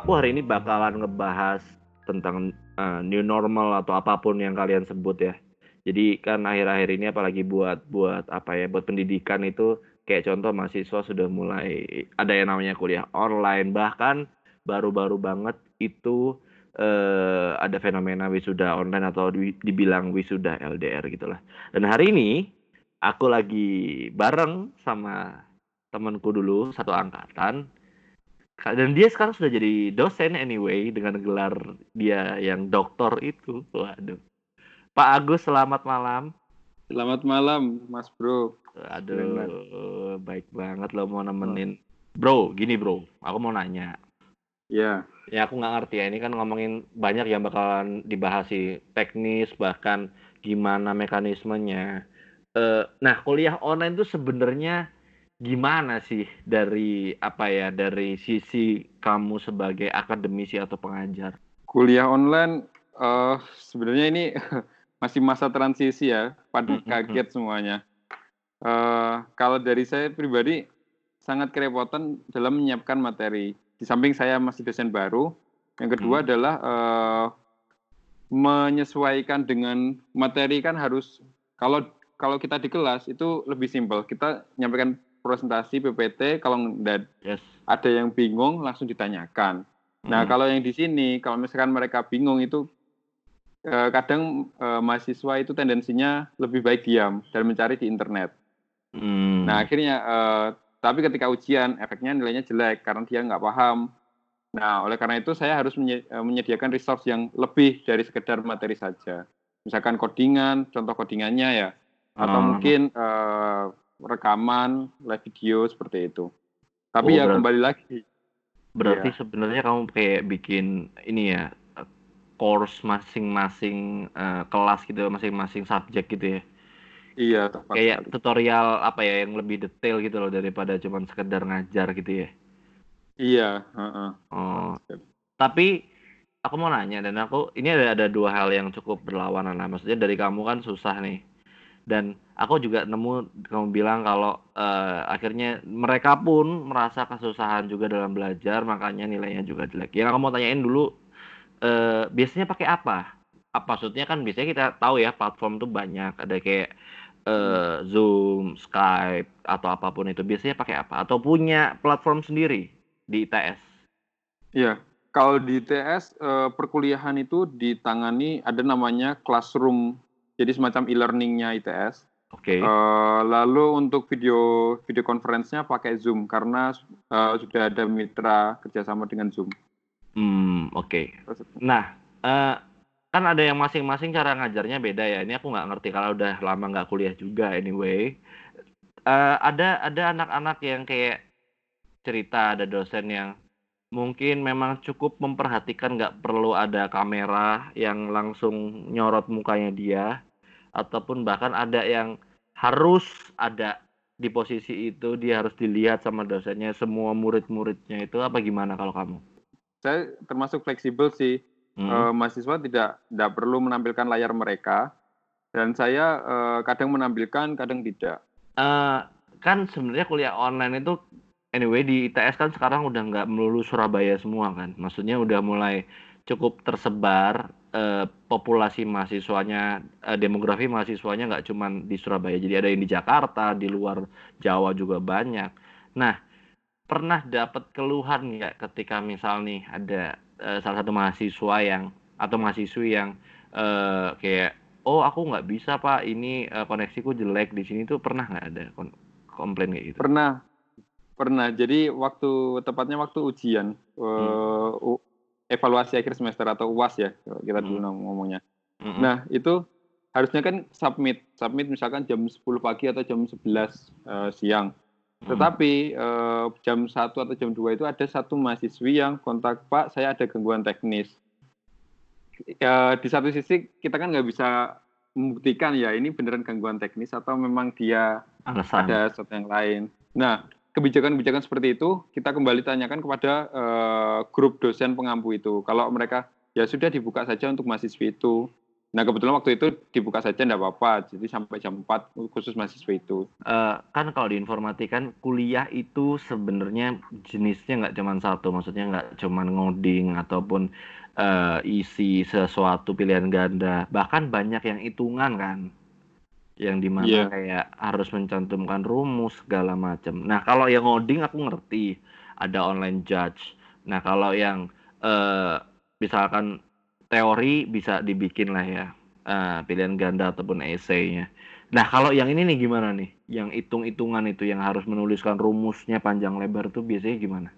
aku hari ini bakalan ngebahas tentang new normal atau apapun yang kalian sebut ya. Jadi kan akhir-akhir ini apalagi buat apa ya, buat pendidikan itu kayak contoh mahasiswa sudah mulai ada yang namanya kuliah online, bahkan baru-baru banget itu ada fenomena wisuda online atau dibilang wisuda LDR gitulah. Dan hari ini aku lagi bareng sama temanku dulu satu angkatan. Dan dia sekarang sudah jadi dosen anyway dengan gelar dia yang doktor itu. Waduh. Pak Agus, selamat malam. Selamat malam, Mas Bro. Aduh, baik banget lo mau nemenin. Bro, gini bro, aku mau nanya. Ya. Ya aku nggak ngerti ya, ini kan ngomongin banyak yang bakalan dibahas sih, teknis bahkan gimana mekanismenya. Nah, kuliah online tuh sebenarnya gimana sih dari apa ya, dari sisi kamu sebagai akademisi atau pengajar? Kuliah online sebenarnya ini masih masa transisi ya, pada kaget semuanya. Kalau dari saya pribadi sangat kerepotan dalam menyiapkan materi. Di samping saya masih dosen baru, yang kedua adalah menyesuaikan dengan materi kan harus kalau kita di kelas itu lebih simpel. Kita menyampaikan presentasi PPT, kalau ada yang bingung langsung ditanyakan. Nah, kalau yang di sini, kalau misalkan mereka bingung itu kadang mahasiswa itu tendensinya lebih baik diam dan mencari di internet. Nah, akhirnya tapi ketika ujian efeknya nilainya jelek karena dia nggak paham. Nah, oleh karena itu saya harus menyediakan resource yang lebih dari sekedar materi saja. Misalkan codingan, contoh codingannya ya, atau mungkin rekaman, live video seperti itu. Tapi kembali lagi. Berarti sebenarnya kamu kayak bikin ini ya, course masing-masing kelas gitu, masing-masing subjek gitu ya. Iya, tepat kayak sekali. Tutorial apa ya yang lebih detail gitu loh daripada cuma sekedar ngajar gitu ya. Iya, Tapi aku mau nanya, dan ini ada dua hal yang cukup berlawanan lah. Maksudnya dari kamu kan susah nih. Dan aku juga nemu kamu bilang kalau akhirnya mereka pun merasa kesusahan juga dalam belajar, makanya nilainya juga jelek. Yang aku mau tanyain dulu, biasanya pakai apa? Maksudnya kan biasanya kita tahu ya platform tuh banyak, ada kayak Zoom, Skype, atau apapun itu. Biasanya pakai apa? Atau punya platform sendiri di ITS? Iya, kalau di ITS perkuliahan itu ditangani ada namanya classroom, jadi semacam e-learning-nya ITS. Oke. Lalu untuk video conference-nya pakai Zoom karena sudah ada mitra kerjasama dengan Zoom. Oke. Nah, kan ada yang masing-masing cara ngajarnya beda ya. Ini aku nggak ngerti kalau udah lama nggak kuliah juga anyway. Ada anak-anak yang kayak cerita, ada dosen yang mungkin memang cukup memperhatikan nggak perlu ada kamera yang langsung nyorot mukanya dia, ataupun bahkan ada yang harus ada di posisi itu, dia harus dilihat sama dosennya, semua murid-muridnya itu, apa gimana kalau kamu? Saya termasuk fleksibel sih. Mahasiswa tidak perlu menampilkan layar mereka, dan saya kadang menampilkan, kadang tidak. Kan sebenarnya kuliah online itu anyway di ITS kan sekarang udah nggak melulu Surabaya semua kan. Maksudnya udah mulai cukup tersebar, populasi mahasiswanya, demografi mahasiswanya nggak cuma di Surabaya. Jadi ada yang di Jakarta, di luar Jawa juga banyak. Nah, pernah dapat keluhan nggak ketika misal nih ada salah satu mahasiswa atau mahasiswi yang kayak, oh aku nggak bisa Pak, ini koneksiku jelek di sini, tuh pernah nggak ada komplain kayak gitu? Pernah. Jadi tepatnya waktu ujian evaluasi akhir semester atau UAS ya kita dulu ngomongnya. Nah, itu harusnya kan submit misalkan jam 10 pagi atau jam 11 siang. Tetapi jam 1 atau jam 2 itu ada satu mahasiswi yang kontak, Pak, saya ada gangguan teknis. Di satu sisi kita kan nggak bisa membuktikan ya ini beneran gangguan teknis atau memang dia ada sesuatu yang lain. Nah, kebijakan-kebijakan seperti itu kita kembali tanyakan kepada grup dosen pengampu itu. Kalau mereka ya sudah dibuka saja untuk mahasiswi itu. Nah kebetulan waktu itu dibuka saja enggak apa-apa, jadi sampai jam 4 khusus mahasiswa itu. Kan kalau di informatika kan kuliah itu sebenarnya jenisnya nggak cuma satu, maksudnya nggak cuma ngoding ataupun isi sesuatu pilihan ganda, bahkan banyak yang hitungan kan, yang dimana kayak harus mencantumkan rumus segala macam. Nah kalau yang ngoding aku ngerti, ada online judge. Nah kalau yang misalkan teori bisa dibikin lah ya, pilihan ganda ataupun esainya. Nah kalau yang ini nih gimana nih? Yang hitung-hitungan itu yang harus menuliskan rumusnya panjang lebar tuh biasanya gimana?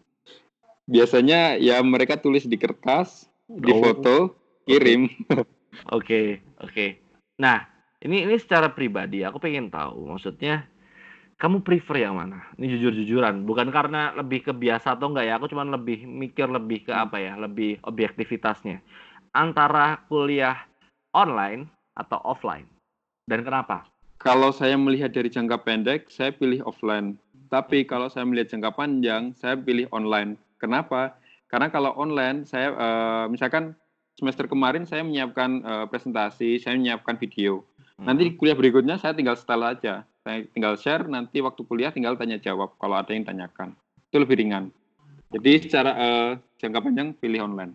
Biasanya ya mereka tulis di kertas, di foto, kirim. Oke. Nah ini secara pribadi aku pengen tahu, maksudnya kamu prefer yang mana? Ini jujur-jujuran, bukan karena lebih kebiasa atau enggak ya, aku cuma lebih mikir lebih ke apa ya, lebih objektivitasnya. Antara kuliah online atau offline, dan kenapa? Kalau saya melihat dari jangka pendek, saya pilih offline. Tapi kalau saya melihat jangka panjang, saya pilih online. Kenapa? Karena kalau online, saya misalkan semester kemarin saya menyiapkan presentasi, saya menyiapkan video. Nanti kuliah berikutnya saya tinggal setel aja. Saya tinggal share, nanti waktu kuliah tinggal tanya jawab kalau ada yang tanyakan. Itu lebih ringan. Jadi secara jangka panjang pilih online.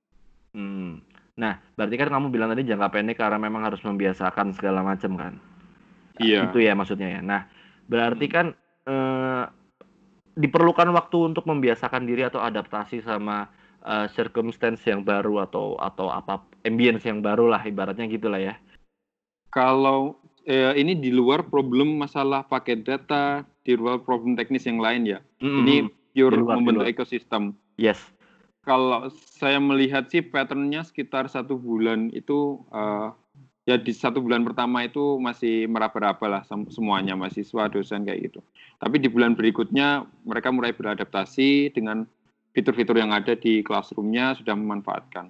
Nah, berarti kan kamu bilang tadi jangka pendek karena memang harus membiasakan segala macam kan? Iya. Itu ya maksudnya ya. Nah, berarti kan diperlukan waktu untuk membiasakan diri atau adaptasi sama circumstance yang baru atau apa ambience yang baru lah ibaratnya gitulah ya. Kalau ini di luar problem masalah paket data, di luar problem teknis yang lain ya. Ini pure membentuk ekosistem. Yes. Kalau saya melihat sih pattern-nya sekitar 1 bulan itu ya di 1 bulan pertama itu masih meraba-raba lah semuanya, mahasiswa, dosen kayak gitu. Tapi di bulan berikutnya mereka mulai beradaptasi dengan fitur-fitur yang ada di classroom-nya sudah memanfaatkan.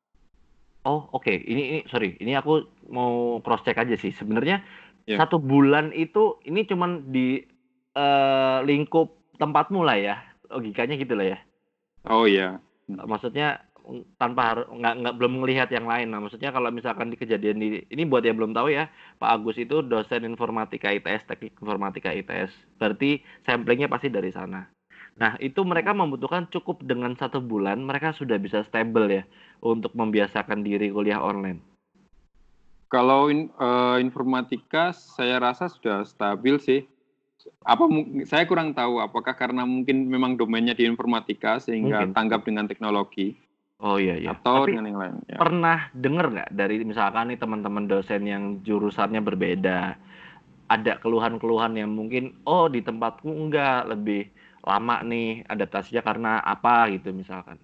Oh oke, ini sorry, ini aku mau cross check aja sih. Sebenarnya 1 bulan itu ini cuman di lingkup tempatmu lah ya, logikanya gitu lah ya. Oh iya. Maksudnya tanpa nggak belum melihat yang lain. Nah maksudnya kalau misalkan di kejadian ini buat yang belum tahu ya, Pak Agus itu dosen informatika ITS, teknik informatika ITS. Berarti samplingnya pasti dari sana. Nah itu mereka membutuhkan cukup dengan 1 bulan mereka sudah bisa stable ya untuk membiasakan diri kuliah online. Kalau informatika saya rasa sudah stabil sih. Saya kurang tahu apakah karena mungkin memang domainnya di informatika sehingga tanggap dengan teknologi. Oh iya. Atau Tapi dengan yang lain. Ya. Pernah dengar nggak dari misalkan nih teman-teman dosen yang jurusannya berbeda, ada keluhan-keluhan yang mungkin, oh di tempatku enggak, lebih lama nih adaptasinya karena apa gitu misalkan?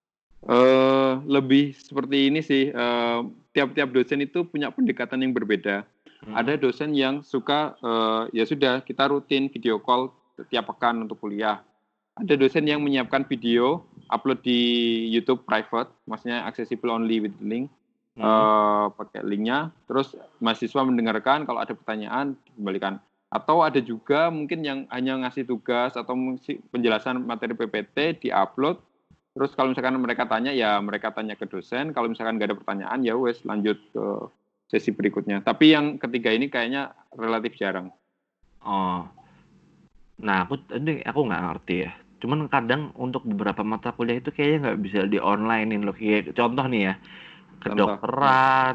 Lebih seperti ini sih, tiap-tiap dosen itu punya pendekatan yang berbeda. Ada dosen yang suka, ya sudah kita rutin video call setiap pekan untuk kuliah. Ada dosen yang menyiapkan video, upload di YouTube private, maksudnya accessible only with link, pakai linknya, terus mahasiswa mendengarkan, kalau ada pertanyaan dikembalikan. Atau ada juga mungkin yang hanya ngasih tugas atau penjelasan materi PPT di-upload, terus kalau misalkan mereka tanya, ya mereka tanya ke dosen, kalau misalkan nggak ada pertanyaan, ya wes lanjut ke sesi berikutnya. Tapi yang ketiga ini kayaknya relatif jarang. Oh. Nah, aku nggak ngerti ya. Cuman kadang untuk beberapa mata kuliah itu kayaknya nggak bisa di-online-in loh. Kayak contoh nih ya, kedokteran,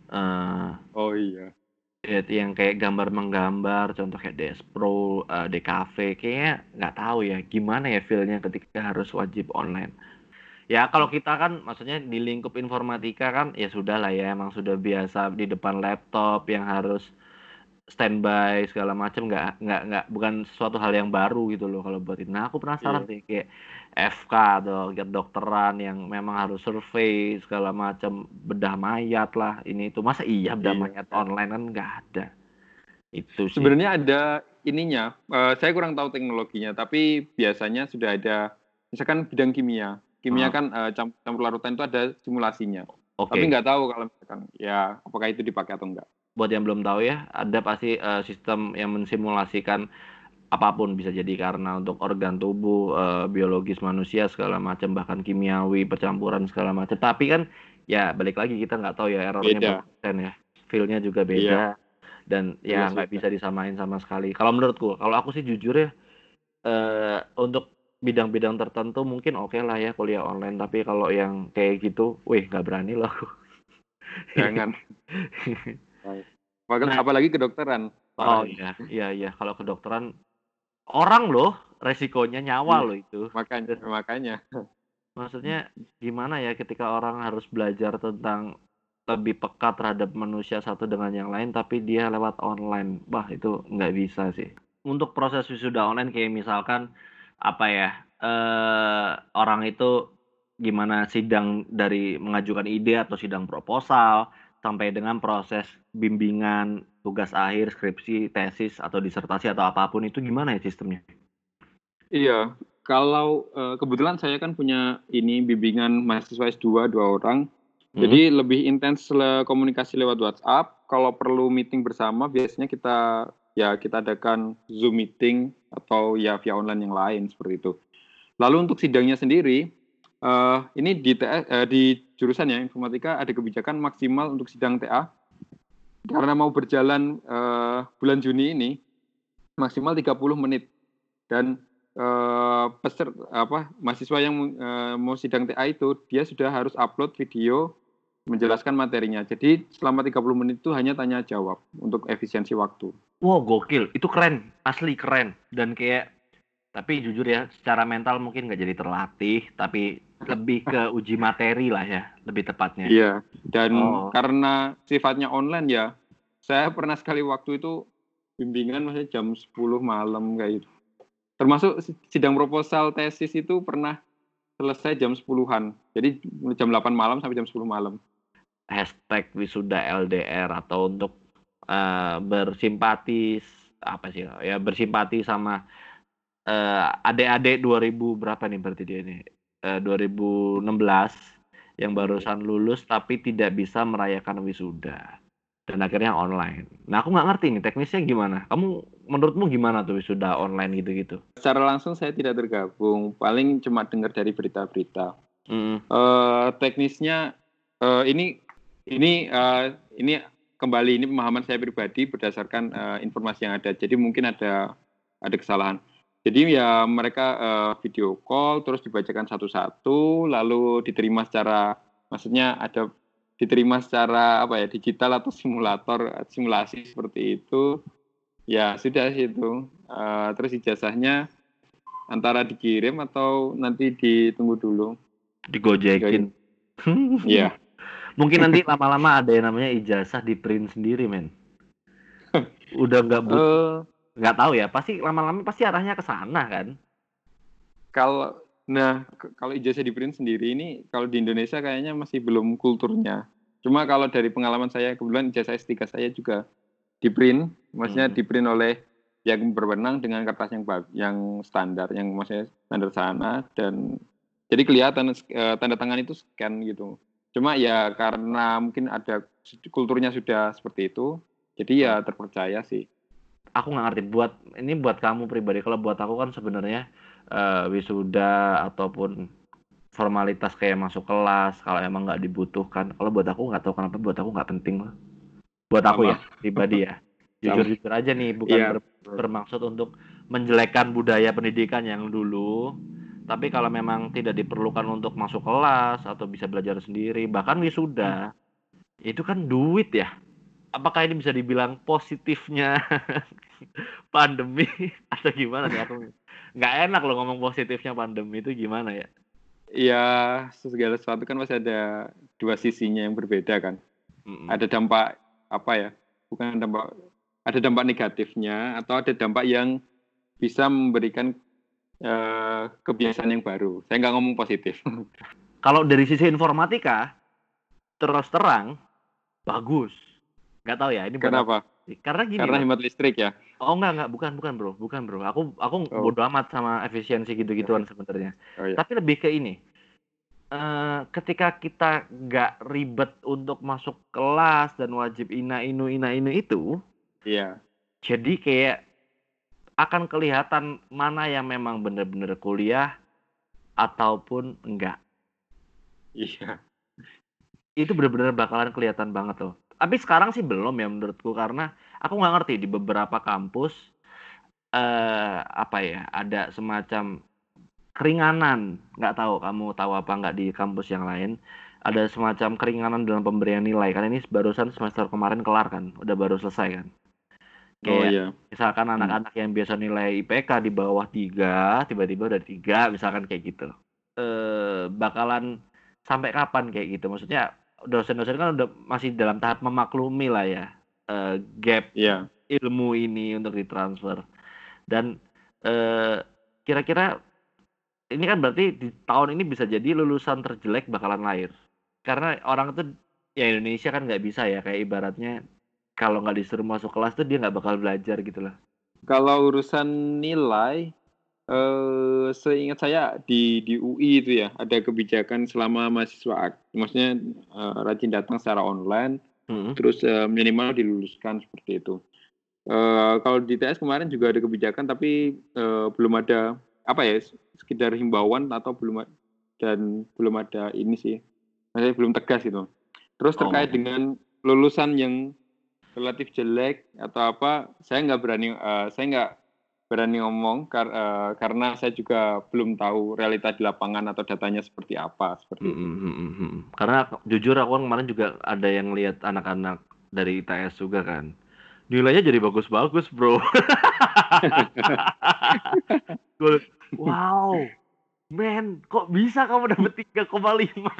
oh iya. yang kayak gambar menggambar, contoh kayak DS Pro, DKV, kayaknya nggak tahu ya gimana ya feel-nya ketika harus wajib online. Ya kalau kita kan maksudnya di lingkup informatika kan ya sudah lah ya, emang sudah biasa di depan laptop yang harus standby segala macam, nggak bukan suatu hal yang baru gitu loh kalau buat itu. Nah aku penasaran sih kayak FK atau kedokteran yang memang harus survei segala macam, bedah mayat lah ini itu, masa iya bedah mayat online kan nggak ada. Itu sih. Sebenarnya ada ininya, saya kurang tahu teknologinya, tapi biasanya sudah ada, misalkan bidang kimia kan campur larutan itu ada simulasinya. Tapi nggak tahu kalau misalkan ya apakah itu dipakai atau enggak. Buat yang belum tahu ya, ada pasti sistem yang mensimulasikan apapun, bisa jadi karena untuk organ tubuh, biologis manusia segala macam, bahkan kimiawi, percampuran segala macam. Tapi kan ya balik lagi kita nggak tahu ya errornya berapa persen ya. Feel-nya juga beda dan ya nggak bisa disamain sama sekali. Kalau menurutku, kalau aku sih jujur ya, untuk bidang-bidang tertentu mungkin oke lah ya kuliah online, tapi kalau yang kayak gitu, nggak berani lah aku. Jangan. Nah, Apalagi kedokteran. oh iya, kalau kedokteran orang loh, resikonya nyawa Iya, loh itu. makanya. Maksudnya gimana ya ketika orang harus belajar tentang lebih peka terhadap manusia satu dengan yang lain, tapi dia lewat online. Wah, itu nggak bisa sih. Untuk proses wisuda online kayak misalkan, apa ya, orang itu gimana sidang dari mengajukan ide atau sidang proposal, sampai dengan proses bimbingan, tugas akhir, skripsi, tesis, atau disertasi, atau apapun itu gimana ya sistemnya? Iya, kalau kebetulan saya kan punya ini bimbingan mahasiswa S2 2 orang. Jadi lebih intens komunikasi lewat WhatsApp. Kalau perlu meeting bersama biasanya kita adakan Zoom meeting atau ya via online yang lain seperti itu. Lalu untuk sidangnya sendiri, ini di jurusan ya informatika ada kebijakan maksimal untuk sidang TA karena mau berjalan bulan Juni ini maksimal 30 menit dan mahasiswa yang mau sidang TA itu dia sudah harus upload video menjelaskan materinya. Jadi selama 30 menit itu hanya tanya jawab untuk efisiensi waktu. Wow, gokil. Itu keren, asli keren. Dan kayak, tapi jujur ya, secara mental mungkin nggak jadi terlatih, tapi lebih ke uji materi lah ya, lebih tepatnya. Iya, dan karena sifatnya online ya, saya pernah sekali waktu itu bimbingan maksudnya jam 10 malam kayak gitu. Termasuk sidang proposal tesis itu pernah selesai jam 10-an. Jadi jam 8 malam sampai jam 10 malam. #wisuda LDR atau untuk bersimpati sama adik-adik 2000 berapa nih berarti dia ini? 2016 yang barusan lulus tapi tidak bisa merayakan wisuda. Dan akhirnya online. Nah, aku nggak ngerti nih teknisnya gimana. Menurutmu gimana tuh wisuda online gitu-gitu? Secara langsung saya tidak tergabung, paling cuma dengar dari berita-berita. Teknisnya ini kembali ini pemahaman saya pribadi berdasarkan informasi yang ada. Jadi mungkin ada kesalahan. Jadi ya mereka video call terus dibacakan satu-satu lalu diterima secara digital atau simulasi seperti itu. Ya sudah itu. Terus ijazahnya antara dikirim atau nanti ditunggu dulu. Digojekin. Iya. Mungkin nanti lama-lama ada yang namanya ijazah di print sendiri, men. Udah nggak butuh. Nggak tahu ya. Pasti lama-lama pasti arahnya ke sana kan. Kalau ijazah di print sendiri ini kalau di Indonesia kayaknya masih belum kulturnya. Cuma kalau dari pengalaman saya kebetulan ijazah S3 saya juga di print, maksudnya di print oleh yang berwenang dengan kertas yang standar, yang maksudnya standar sana dan jadi kelihatan tanda tangan itu scan gitu. Cuma ya karena mungkin ada kulturnya sudah seperti itu, jadi ya terpercaya sih. Aku nggak ngerti buat kamu pribadi. Kalau buat aku kan sebenarnya wisuda ataupun formalitas kayak masuk kelas kalau emang nggak dibutuhkan. Kalau buat aku nggak tahu kenapa buat aku nggak penting lah. Buat aku ya pribadi ya. Jujur aja nih, bukan bermaksud untuk menjelekkan budaya pendidikan yang dulu. Tapi kalau memang tidak diperlukan untuk masuk kelas atau bisa belajar sendiri, bahkan wisuda, itu kan duit ya. Apakah ini bisa dibilang positifnya pandemi atau gimana nih? Aku nggak enak loh ngomong positifnya pandemi itu gimana ya? Ya segala sesuatu kan pasti ada dua sisinya yang berbeda kan. Ada dampak ada dampak negatifnya atau ada dampak yang bisa memberikan kebiasaan yang baru. Saya nggak ngomong positif. Kalau dari sisi informatika, terus terang bagus. Nggak tahu ya ini Kenapa? Karena gini Karena loh. hemat listrik ya? Oh enggak, bukan bro. Aku bodo amat sama efisiensi gitu-gituan sebenarnya. Tapi lebih ke ini. Ketika kita nggak ribet untuk masuk kelas dan wajib ina inu itu, iya. jadi kayak akan kelihatan mana yang memang benar-benar kuliah ataupun enggak. Iya. itu benar-benar bakalan kelihatan banget tuh. Tapi sekarang sih belum ya menurutku, karena aku nggak ngerti di beberapa kampus, apa ya, ada semacam keringanan, nggak tahu kamu tahu apa nggak di kampus yang lain, ada semacam keringanan dalam pemberian nilai, kan ini barusan semester kemarin kelar kan, udah baru selesai kan. Oh Kayak iya. misalkan anak-anak yang biasa nilai IPK di bawah 3 tiba-tiba udah 3 misalkan kayak gitu. Bakalan sampai kapan kayak gitu? Maksudnya dosen-dosen kan udah masih dalam tahap memaklumi lah ya, gap Iya. ilmu ini untuk ditransfer. Dan, kira-kira ini kan berarti di tahun ini bisa jadi lulusan terjelek bakalan lahir. Karena orang tuh ya Indonesia kan nggak bisa ya, kayak ibaratnya kalau nggak disuruh masuk kelas tuh dia nggak bakal belajar gitu loh. Kalau urusan nilai, seingat saya di UI itu ya, ada kebijakan selama mahasiswa maksudnya, rajin datang secara online, terus, minimal diluluskan seperti itu. Kalau di TS kemarin juga ada kebijakan tapi, belum ada, apa ya, sekedar himbauan atau belum ada ini sih, maksudnya belum tegas gitu. Terus terkait Oh. dengan lulusan yang relatif jelek atau apa, saya nggak berani ngomong karena saya juga belum tahu realita di lapangan atau datanya seperti apa, seperti itu. Karena jujur aku kan kemarin juga ada yang lihat anak-anak dari ITS juga kan. Nilainya jadi bagus-bagus, Bro. Wow, man, kok bisa kamu dapet 3,5?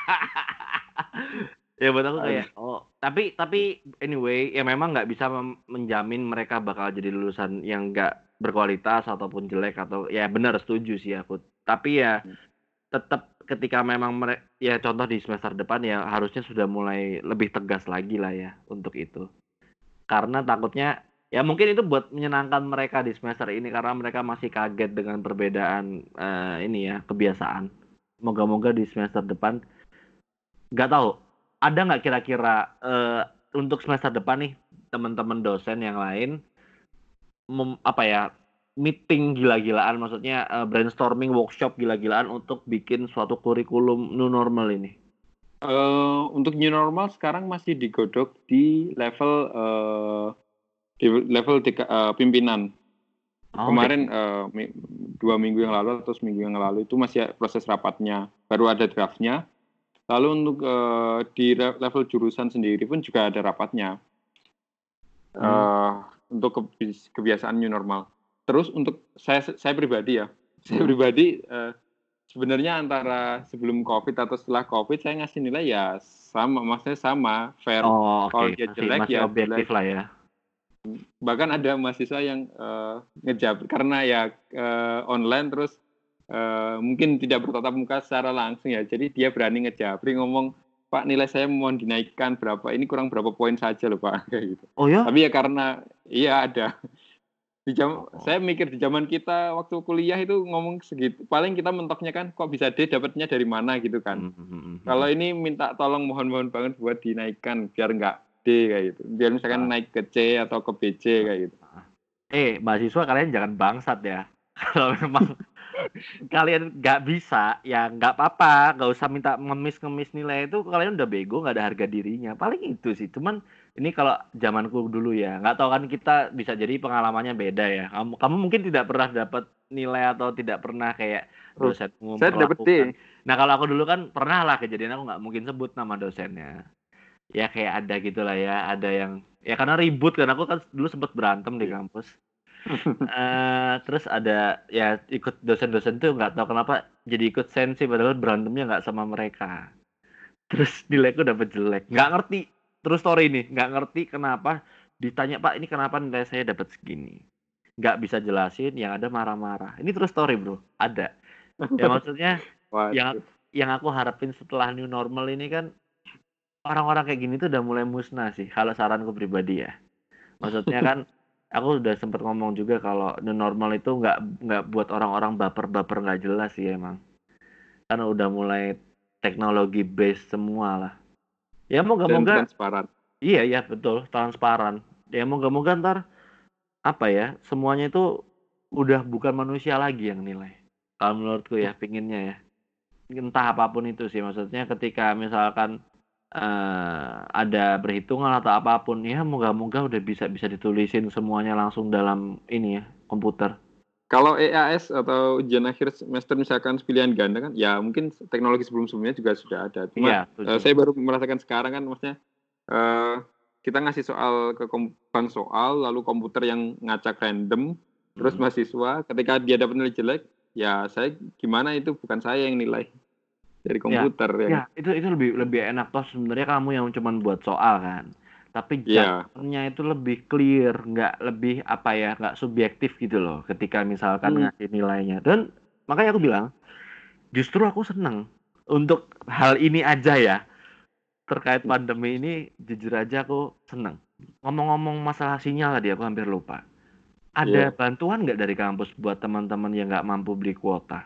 Ya buat aku kayak, oh, tapi anyway, ya memang nggak bisa menjamin mereka bakal jadi lulusan yang nggak berkualitas ataupun jelek atau ya benar setuju sih aku. Tapi ya tetap ketika memang ya contoh di semester depan ya harusnya sudah mulai lebih tegas lagi lah ya untuk itu. Karena takutnya ya mungkin itu buat menyenangkan mereka di semester ini karena mereka masih kaget dengan perbedaan, ini ya, kebiasaan. Moga-moga di semester depan nggak tahu, ada nggak kira-kira, untuk semester depan nih, teman-teman dosen yang lain apa ya, meeting gila-gilaan, maksudnya, brainstorming workshop gila-gilaan untuk bikin suatu kurikulum new normal ini? Untuk new normal sekarang masih digodok di level pimpinan. Oh, Kemarin, 2 minggu yang lalu atau seminggu yang lalu itu masih proses rapatnya, baru ada draft-nya. Lalu untuk, di level jurusan sendiri pun juga ada rapatnya, untuk kebiasaan new normal. Terus untuk saya pribadi ya, saya pribadi, sebenarnya antara sebelum Covid atau setelah Covid saya ngasih nilai ya sama, maksudnya sama, fair. Oh, oke, Kalau dia masih jelek masih ya objektif jelek. lah ya. Bahkan ada mahasiswa yang, karena ya, online terus, mungkin tidak bertatap muka secara langsung ya, jadi dia berani ngejabri ngomong, "Pak, nilai saya mohon dinaikkan berapa, ini kurang berapa poin saja loh Pak," kayak gitu. Oh ya? Tapi ya karena iya ada. Oh. Saya mikir di zaman kita waktu kuliah itu ngomong segitu, paling kita mentoknya kan, kok bisa D dapatnya dari mana gitu kan. Kalau ini minta tolong mohon banget buat dinaikkan biar nggak D kayak gitu, biar misalkan naik ke C atau ke BC kayak gitu. Mahasiswa kalian jangan bangsat ya. Kalau memang kalian nggak bisa, ya nggak apa-apa, nggak usah minta ngemis-ngemis nilai itu kalian udah bego, nggak ada harga dirinya. Paling itu sih. Cuman ini kalau zamanku dulu ya, nggak tahu kan kita bisa jadi pengalamannya beda ya. Kamu mungkin tidak pernah dapat nilai atau tidak pernah kayak Oh, dosenmu saya dapet D. memperlakukan. Nah kalau aku dulu kan pernah lah kejadian, aku nggak mungkin sebut nama dosennya. Ya kayak ada gitulah ya, ada yang ya karena ribut kan, aku kan dulu sempet berantem di Iya. kampus. Terus ada ya ikut dosen-dosen tuh nggak tahu kenapa jadi ikut sensi padahal berantemnya nggak sama mereka. Terus nilaiku dapet jelek, nggak ngerti. Terus story nih, nggak ngerti kenapa ditanya, "Pak, ini kenapa nilai saya dapat segini?" Nggak bisa jelasin, yang ada marah-marah. Ini terus story, Bro, ada. Ya maksudnya yang Waduh. yang aku harapin setelah new normal ini kan orang-orang kayak gini tuh udah mulai musnah sih, kalau saranku pribadi ya. Maksudnya kan aku udah sempet ngomong juga kalau new normal itu nggak buat orang-orang baper-baper nggak jelas sih emang. Kan udah mulai teknologi base semua lah. Ya Dan moga-moga transparan. iya betul, transparan. Ya moga-moga entar apa ya, semuanya itu udah bukan manusia lagi yang nilai. Kalau menurutku ya pinginnya ya. Entah apapun itu sih, maksudnya ketika misalkan ada perhitungan atau apapun ya, moga-moga udah bisa ditulisin semuanya langsung dalam ini ya, komputer. Kalau EAS atau ujian akhir semester misalkan pilihan ganda kan, ya mungkin teknologi sebelum-sebelumnya juga sudah ada. Cuma saya baru merasakan sekarang kan, maksudnya kita ngasih soal ke bank soal, lalu komputer yang ngacak random, terus mahasiswa ketika dia dapat nilai jelek, ya saya gimana, itu bukan saya yang nilai dari komputer. Ya itu lebih enak toh sebenarnya, kamu yang cuma buat soal kan, tapi jatuhnya itu lebih clear, nggak subjektif gitu loh ketika misalkan ngasih nilainya. Dan makanya aku bilang justru aku seneng untuk hal ini aja ya, terkait pandemi ini. Jujur aja aku seneng. Ngomong-ngomong masalah sinyal tadi aku hampir lupa, ada bantuan nggak dari kampus buat teman-teman yang nggak mampu beli kuota?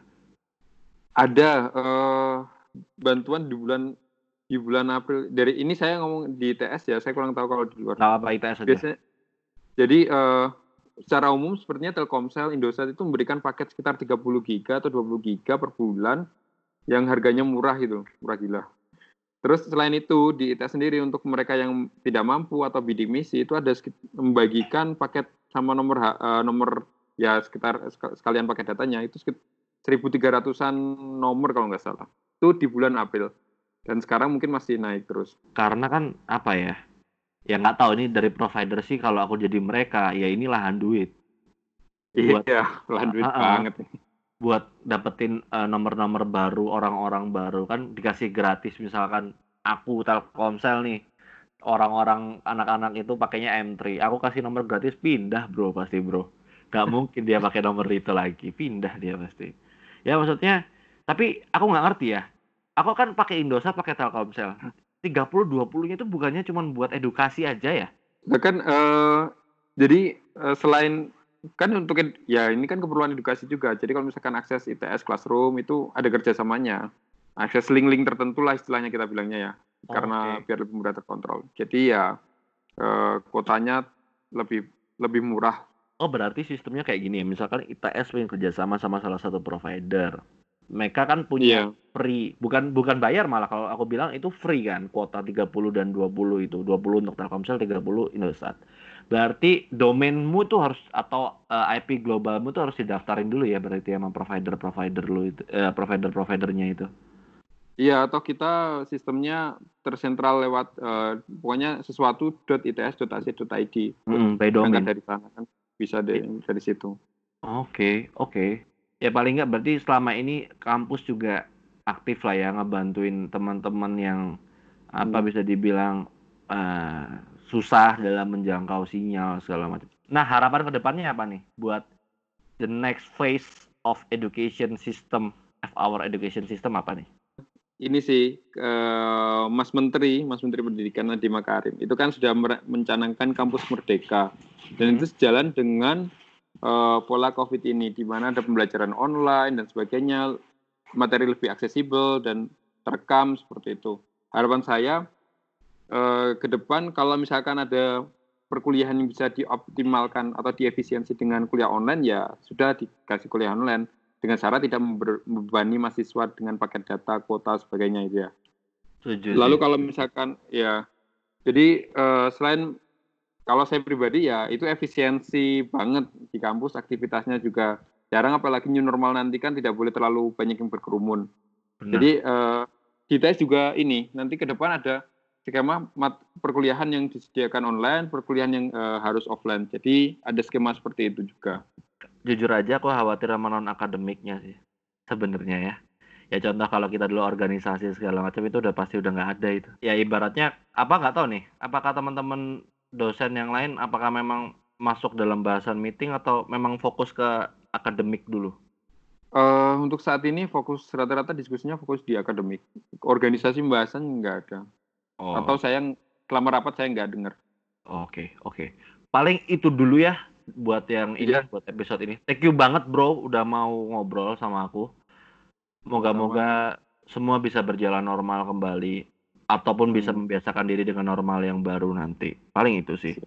Ada bantuan di bulan April. Dari ini saya ngomong di ITS ya, saya kurang tahu kalau di luar. Nggak apa ITS aja. Biasanya, jadi secara umum sepertinya Telkomsel, Indosat itu memberikan paket sekitar 30 giga atau 20 giga per bulan yang harganya murah gitu, murah gila. Terus selain itu di ITS sendiri untuk mereka yang tidak mampu atau bidik misi itu ada membagikan paket sama nomor ya sekitar sekalian paket datanya itu sekitar 1.300-an nomor kalau nggak salah. Itu di bulan April. Dan sekarang mungkin masih naik terus. Karena kan apa ya? Ya nggak tahu ini dari provider sih, kalau aku jadi mereka, ya ini lahan duit. Iya, lahan duit banget. Buat dapetin nomor-nomor baru, orang-orang baru kan dikasih gratis. Misalkan aku Telkomsel nih, orang-orang anak-anak itu pakainya M3, aku kasih nomor gratis, pindah bro, pasti bro. Nggak mungkin dia pakai nomor itu lagi, pindah dia pasti. Ya maksudnya, tapi aku nggak ngerti ya. Aku kan pakai Indosat, pakai Telkomsel. 30-20-nya itu bukannya cuma buat edukasi aja ya? Bahkan jadi selain kan untuk ya ini kan keperluan edukasi juga. Jadi kalau misalkan akses ITS Classroom itu ada kerjasamanya. Akses link-link tertentu lah istilahnya kita bilangnya ya. Karena biar lebih mudah terkontrol. Jadi ya kuotanya lebih murah. Oh berarti sistemnya kayak gini ya, misalkan ITS pengen kerjasama sama salah satu provider, mereka kan punya free, bukan bayar malah, kalau aku bilang itu free kan, kuota 30 dan 20 itu, 20 untuk Telkomsel, 30 Indosat. Berarti domainmu tuh harus, atau IP globalmu tuh harus didaftarin dulu ya berarti sama provider lu itu, providernya itu. Iya, atau kita sistemnya tersentral lewat pokoknya sesuatu.its.ac.id. By domain. Dari sana kan bisa dari situ. Oke. Ya paling nggak berarti selama ini kampus juga aktif lah ya, ngebantuin teman-teman yang bisa dibilang susah dalam menjangkau sinyal segala macam. Nah, harapan ke depannya apa nih buat the next phase of education system, of our education system apa nih? Ini sih Mas Menteri Pendidikan Nadiem Makarim itu kan sudah mencanangkan kampus merdeka, dan itu sejalan dengan pola COVID ini, di mana ada pembelajaran online dan sebagainya, materi lebih aksesibel dan terekam seperti itu. Harapan saya ke depan kalau misalkan ada perkuliahan yang bisa dioptimalkan atau diefisiensi dengan kuliah online, ya sudah dikasih kuliah online dengan syarat tidak membebani mahasiswa dengan paket data, kuota, sebagainya itu ya. Lalu kalau misalkan ya, jadi selain kalau saya pribadi ya itu efisiensi banget di kampus, aktivitasnya juga jarang, apalagi new normal nanti kan tidak boleh terlalu banyak yang berkerumun. Benar. Jadi di ITS juga ini nanti ke depan ada skema perkuliahan yang disediakan online, perkuliahan yang harus offline. Jadi ada skema seperti itu juga. Jujur aja aku khawatir sama non-akademiknya sih sebenarnya ya. Ya contoh kalau kita dulu organisasi segala macam itu udah pasti udah nggak ada itu. Ya ibaratnya nggak tahu nih, apakah teman-teman dosen yang lain apakah memang masuk dalam bahasan meeting atau memang fokus ke akademik dulu? Untuk saat ini fokus rata-rata diskusinya fokus di akademik. Organisasi pembahasan nggak ada. Atau saya selama rapat saya nggak dengar. Oke. Paling itu dulu ya buat yang ini, buat episode ini. Thank you banget bro udah mau ngobrol sama aku. Moga-moga semua bisa berjalan normal kembali, ataupun bisa membiasakan diri dengan normal yang baru nanti. Paling itu sih.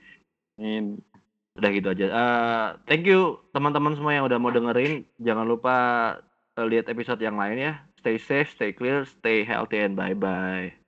Udah gitu aja. Thank you teman-teman semua yang udah mau dengerin. Jangan lupa lihat episode yang lain ya. Stay safe, stay clear, stay healthy, and bye-bye.